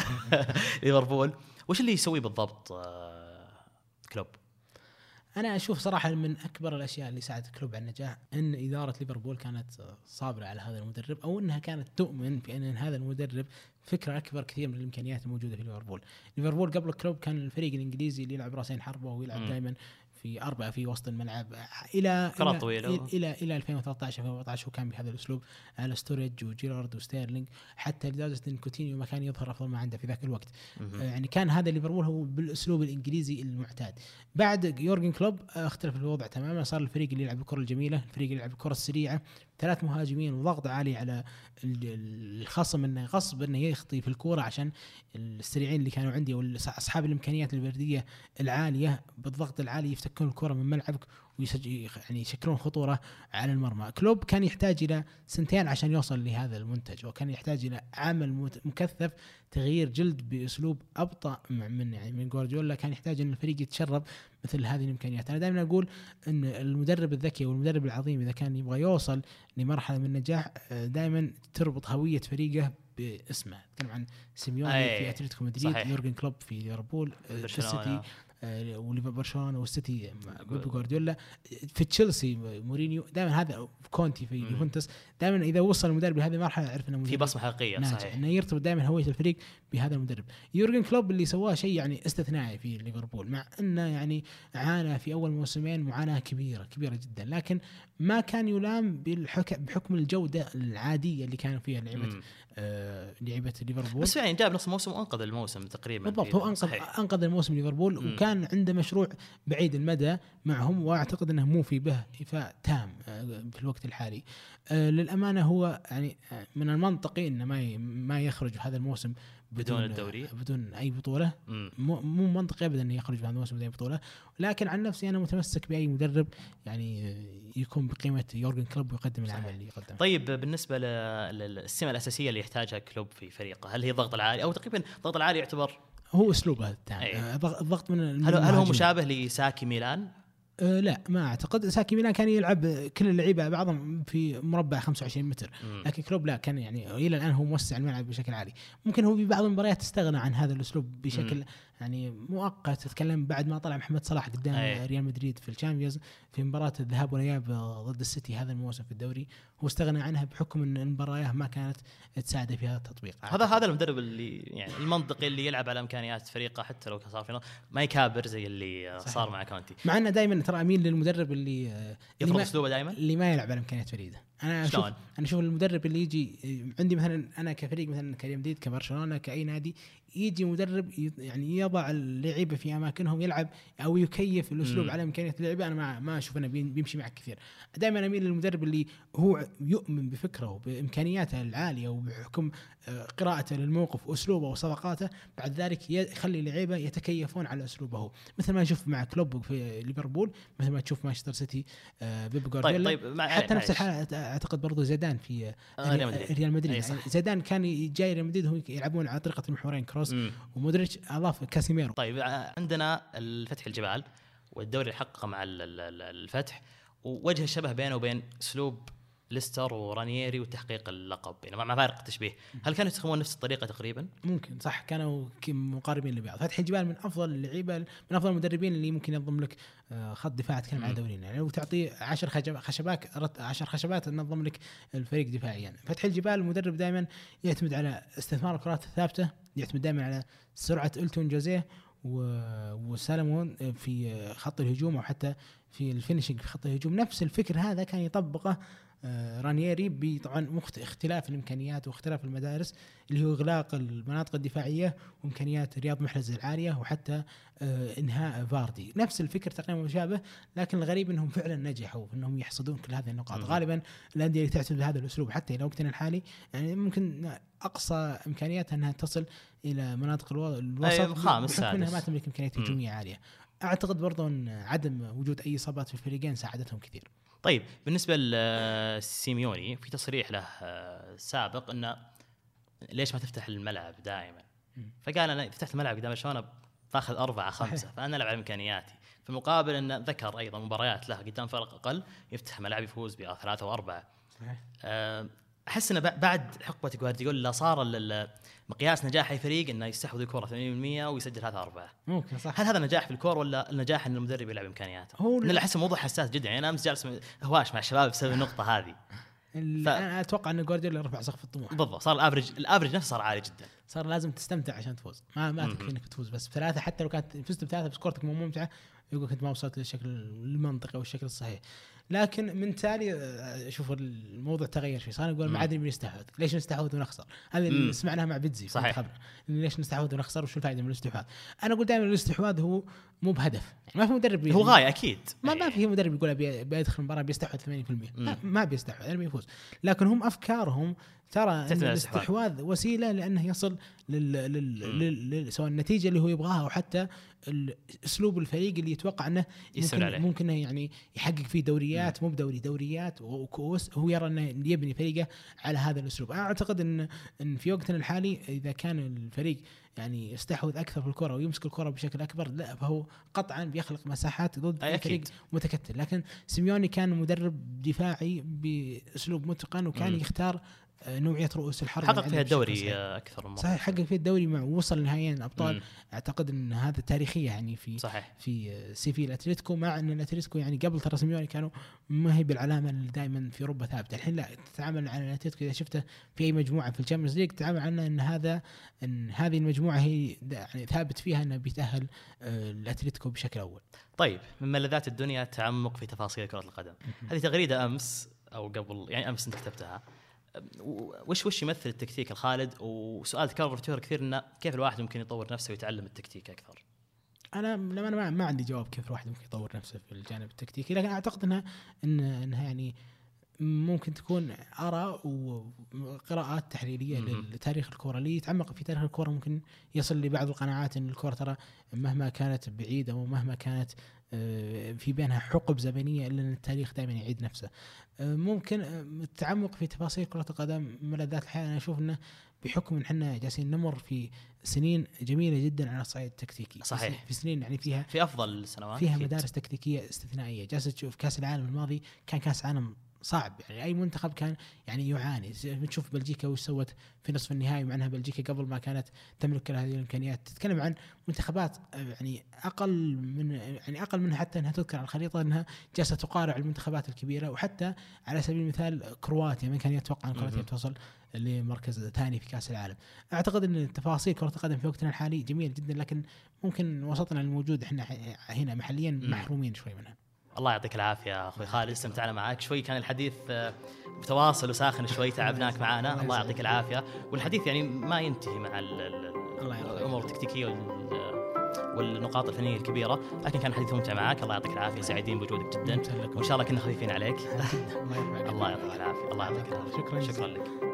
لليفربول. وش اللي يسويه بالضبط كلوب؟ أنا أشوف صراحة من أكبر الأشياء اللي ساعدت كلوب على النجاح أن إدارة ليفربول كانت صابرة على هذا المدرب، أو أنها كانت تؤمن بأن هذا المدرب فكرة أكبر كثير من الإمكانيات الموجودة في ليفربول. ليفربول قبل كلوب كان الفريق الإنجليزي اللي يلعب راسين حربة ويلعب دائما في أربعة في وسط الملعب إلى إلى, إلى إلى إلى ألفين وثلاثة عشر ألفين وأربعة عشر وكان بهذا الأسلوب على ستوريج وجيرارد وستيرلينج، حتى لدرجة إن كوتينيو ما كان يظهر أفضل ما عنده في ذاك الوقت. يعني كان هذا ليفربول هو بالأسلوب الإنجليزي المعتاد. بعد يورجن كلوب اختلف الوضع تماما، صار الفريق اللي يلعب الكرة الجميلة، الفريق اللي يلعب الكرة السريعة، ثلاث مهاجمين وضغط عالي على الخصم انه غصب انه يخطي في الكوره عشان السريعين اللي كانوا عندي واصحاب الامكانيات الفرديه العاليه بالضغط العالي يفتكون الكره من ملعبك يعني يشكلون خطوره على المرمى. كلوب كان يحتاج الى سنتين عشان يوصل لهذا المنتج، وكان يحتاج الى عمل مكثف، تغيير جلد باسلوب ابطا من يعني من جوارديولا. كان يحتاج ان الفريق يتشرب مثل هذه الامكانيات. انا دائما اقول ان المدرب الذكي والمدرب العظيم اذا كان يبغى يوصل لمرحله من النجاح دائما تربط هويه فريقه باسمه. نتكلم عن سيميوني في اتلتيكو مدريد، يورجن كلوب في ليفربول، السيتي وليفربول والسيتي بيب جوارديولا، في تشيلسي مورينيو، دائما هذا كونتي في يوفنتوس. دائما اذا وصل المدرب لهذه المرحله يعرف انه في بصمه حقيقيه صحيح، انه يرتبط دائما هويه الفريق بهذا المدرب. يورجن كلوب اللي سواه شيء يعني استثنائي في ليفربول، مع انه يعني عانى في اول موسمين معاناه كبيره كبيره جدا، لكن ما كان يلام بالحكم بحكم الجوده العاديه اللي كانوا فيها لعيبه آه لعيبه ليفربول. بس يعني جاب نص الموسم وانقذ الموسم تقريبا. بالضبط، هو انقذ انقذ الموسم ليفربول، مم. وكان عنده مشروع بعيد المدى معهم، واعتقد انه مو في به إفاء تام في الوقت الحالي. آه للامانه هو يعني من المنطقي انه ما ما يخرج هذا الموسم بدون الدوري، بدون اي بطوله. مو مو منطقي ابدا انه يخرج بهذا الموسم بدون اي بطوله، لكن عن نفسي انا متمسك باي مدرب يعني يكون بقيمه يورجن كلوب ويقدم العمل اللي يقدمه. طيب بالنسبه للسمه الاساسيه اللي يحتاجها كلوب في فريقه، هل هي الضغط العالي او تقريبا الضغط العالي يعتبر هو اسلوبه التام؟ أيه. الضغط من هل, هل هو مشابه لساكي ميلان؟ أه لا ما اعتقد. ساكي ميلان كان يلعب كل اللعيبه بعضهم في مربع خمسة وعشرين متر، م. لكن كلوب لا، كان يعني الى الان هو موسع الملعب بشكل عالي. ممكن هو في بعض المباريات استغنى عن هذا الاسلوب بشكل م. يعني مؤقت. تتكلم بعد ما طلع محمد صلاح قدام أيه. ريال مدريد في الشامبيونز في مباراه الذهاب والاياب ضد السيتي هذا الموسم في الدوري، هو استغنى عنها بحكم ان المباراه ما كانت تساعده في هذا التطبيق. هذا هذا المدرب اللي يعني المنطقي اللي يلعب على امكانيات فريقه حتى لو صار في ما يكابر زي اللي صحيح. صار مع كونتي. مع انه دائما ترى امين للمدرب اللي يفرض اسلوبه دائما، اللي ما يلعب على امكانيات فريده. انا اشوف انا اشوف المدرب اللي يجي عندي مثلا انا كفريق مثلا كريال مدريد كبرشلونه كاي نادي، يجي مدرب يعني يضع اللعيبه في اماكنهم يلعب او يكيف الاسلوب م. على امكانيات اللعيبه. انا ما ما اشوف انه بيمشي معك كثير. دائما اميل للمدرب اللي هو يؤمن بفكره وبامكانياته العاليه وبحكم قراءته للموقف واسلوبه وصفقاته، بعد ذلك يخلي اللعيبه يتكيفون على اسلوبه، مثل ما نشوف مع كلوب في ليفربول، مثل ما تشوف مانشستر سيتي بيب جوارديولا. طيب طيب حتى نفس الحاله اعتقد برضو زيدان في ريال مدريد. زيدان كان جاي ريال مدريد هم يلعبون على طريقه المحورين كروس، ومودريتش اضاف كاسيميرو. طيب عندنا الفتح الجبال والدوري اللي حققه مع الفتح، ووجه الشبه بينه وبين اسلوب ليستر ورانييري وتحقيق اللقب، يعني مع فارق التشبيه. هل كانوا يستخدمون نفس الطريقه تقريبا؟ ممكن صح، كانوا مقاربين لبعض. فتح الجبال من افضل اللعيبه من افضل المدربين اللي ممكن ينظم لك خط دفاع. تكلم على دورينا يعني وتعطيه عشر خشبات عشر خشبات تنظم لك الفريق دفاعيا. فتح الجبال المدرب دائما يعتمد على استثمار الكرات الثابته، يعتمد دائما على سرعه إلتون جوزيه وسالمون في خط الهجوم او حتى في الفينيشنج في خط الهجوم. نفس الفكر هذا كان يطبقه رانييري بطبعا اختلاف الامكانيات واختلاف المدارس، اللي هو اغلاق المناطق الدفاعيه وامكانيات رياض محرز العاليه وحتى انهاء فاردي. نفس الفكر تقريبا مشابه، لكن الغريب انهم فعلا نجحوا انهم يحصدون كل هذه النقاط. غالبا الانديه اللي تعتمد بهذا الاسلوب حتى الى وقتنا الحالي يعني ممكن اقصى امكانياتها انها تصل الى مناطق الوسط الخامس بحكم انها ما تملك امكانيات هجوميه عاليه. اعتقد برضو ان عدم وجود اي اصابات في الفريقين ساعدتهم كثير. طيب بالنسبه لسيميوني في تصريح له سابق انه ليش ما تفتح الملعب دائما، فقال انا فتحت الملعب قدام برشلونه باخذ أربعة خمسة، فانا العب على امكانياتي. في المقابل أن ذكر أيضا مباريات له قدام فرق أقل يفتح ملعب يفوز بثلاثة وأربعة. أحس أن بعد حقبة جوارديولا صار مقياس نجاح أي فريق أنه يستحوذ الكرة ثمانين بالمئة ويسجل ثلاثة أربعة. ممكن صح. هل هذا نجاح في الكرة ولا النجاح أن المدرب يلعب إمكانياته؟ هو أنا أحس موضوع حساس جدا. يعني أنا أمس جالس هواش مع الشباب بسبب النقطة هذه. ف... أنا أتوقع أن جوارديولا رفع سقف الطموح. بالضبط. صار الأفرج الأفرج نفسه صار عالي جدا. صار لازم تستمتع عشان تفوز. ما ما تكفي إنك تفوز بس بثلاثة، حتى لو كانت فزت بثلاثة بس كورتك مو ممتعة يقول كنت ما وصلت للشكل المنطقي والشكل الصحيح. لكن من تالي أشوف الموضوع تغير شوي. صار نقول ما عاد بنستحوذ، ليش نستحوذ ونخسر؟ هذا اللي سمعناها مع بيتزي في الخبر. ليش نستحوذ ونخسر وشو الفائدة من الاستحواذ؟ أنا أقول دائما الاستحواذ هو مو بهدف. يعني ما في مدرب هو غاية أكيد. ما ما في مدرب يقول أبي بيدخل المباراة بيستحوذ ثمانين بالمئة. ما, ما بيستحوذ، أنا بيفوز. لكن هم أفكارهم ترى أن الاستحواذ وسيلة لأنه يصل لل, لل... لل... سواء النتيجة اللي هو يبغاها أو حتى أسلوب الفريق اللي يتوقع أنه ممكن, ممكن يعني يحقق فيه دوريات، مو بدوري دوريات وكؤوس. هو يرى أنه يبني فريقه على هذا الأسلوب. أنا أعتقد أن إن في وقتنا الحالي إذا كان الفريق يعني يستحوذ أكثر في الكرة ويمسك الكرة بشكل أكبر، لا فهو قطعا بيخلق مساحات ضد فريق متكتل. لكن سيميوني كان مدرب دفاعي بأسلوب متقن وكان م. يختار نوعية رؤوس الحرب. حقق فيها الدوري أكثر من مرة. صحيح حقق فيها الدوري مع وصل نهائيا أبطال. مم. أعتقد أن هذا تاريخية يعني في صحيح. في سيفي الأتلتيكو، مع أن الأتلتيكو يعني قبل ترى سيميوني كانوا ما هي بالعلامة اللي دائما في أوروبا ثابتة. الحين لا تتعامل على الأتلتيكو إذا شفته في أي مجموعة في الشامبيونز ليج تتعامل عنه أن هذا أن هذه المجموعة هي يعني ثابت فيها أنه بيتأهل الأتلتيكو بشكل أول. طيب من ملذات الدنيا التعمق في تفاصيل كرة القدم. هذه تغريدة أمس أو قبل يعني أمس أنت كتبتها. وش وش يمثل التكتيك الخالد؟ وسؤال تكرر في تويتر كثير إنه كيف الواحد ممكن يطور نفسه ويتعلم التكتيك أكثر؟ أنا لما أنا ما, ما عندي جواب كيف الواحد ممكن يطور نفسه في الجانب التكتيكي، لكن أعتقد إنها إن إنها يعني ممكن تكون آراء وقراءات تحليلية لتاريخ الكرة. اللي يتعمق في تاريخ الكرة ممكن يصل لبعض القناعات إن الكرة ترى مهما كانت بعيدة ومهما كانت في بينها حقب زمنية إلا أن التاريخ دائما يعيد نفسه. ممكن التعمق في تفاصيل كرة القدم ملذات الحياة. أنا أشوف أنه بحكم أن احنا جالسين نمر في سنين جميلة جدا على الصعيد التكتيكي. صحيح. في سنين يعني فيها في أفضل السنوات فيها مدارس تكتيكية استثنائية. جالس تشوف كأس العالم الماضي كان كأس عالم صعب، يعني أي منتخب كان يعني يعاني. بتشوف بلجيكا وش سوت في نصف النهائي، مع أنها بلجيكا قبل ما كانت تملك كل هذه الإمكانيات. تتكلم عن منتخبات يعني أقل من يعني أقل منها حتى أنها تذكر على الخريطة أنها جالسة تقارع المنتخبات الكبيرة. وحتى على سبيل المثال كرواتيا من كان يتوقع أن كرواتيا توصل لمركز ثاني في كأس العالم. أعتقد أن تفاصيل كرة القدم في وقتنا الحالي جميل جدا، لكن ممكن وسطنا الموجود إحنا هنا محليا محرومين شوي منها. الله يعطيك العافية أخوي خالد، استمتعنا معك شوي. كان الحديث متواصل وساخن شوي، تعبناك معنا. الله يعطيك العافية. والحديث يعني ما ينتهي مع الأمور التكتيكية والنقاط الفنية الكبيرة، لكن كان حديث ممتع معك. الله يعطيك العافية، سعيدين بوجودك جدا، وإن شاء الله كنا خفيفين عليك. الله يعطيك العافية. الله يعطيك العافية. شكرا, شكرا لك.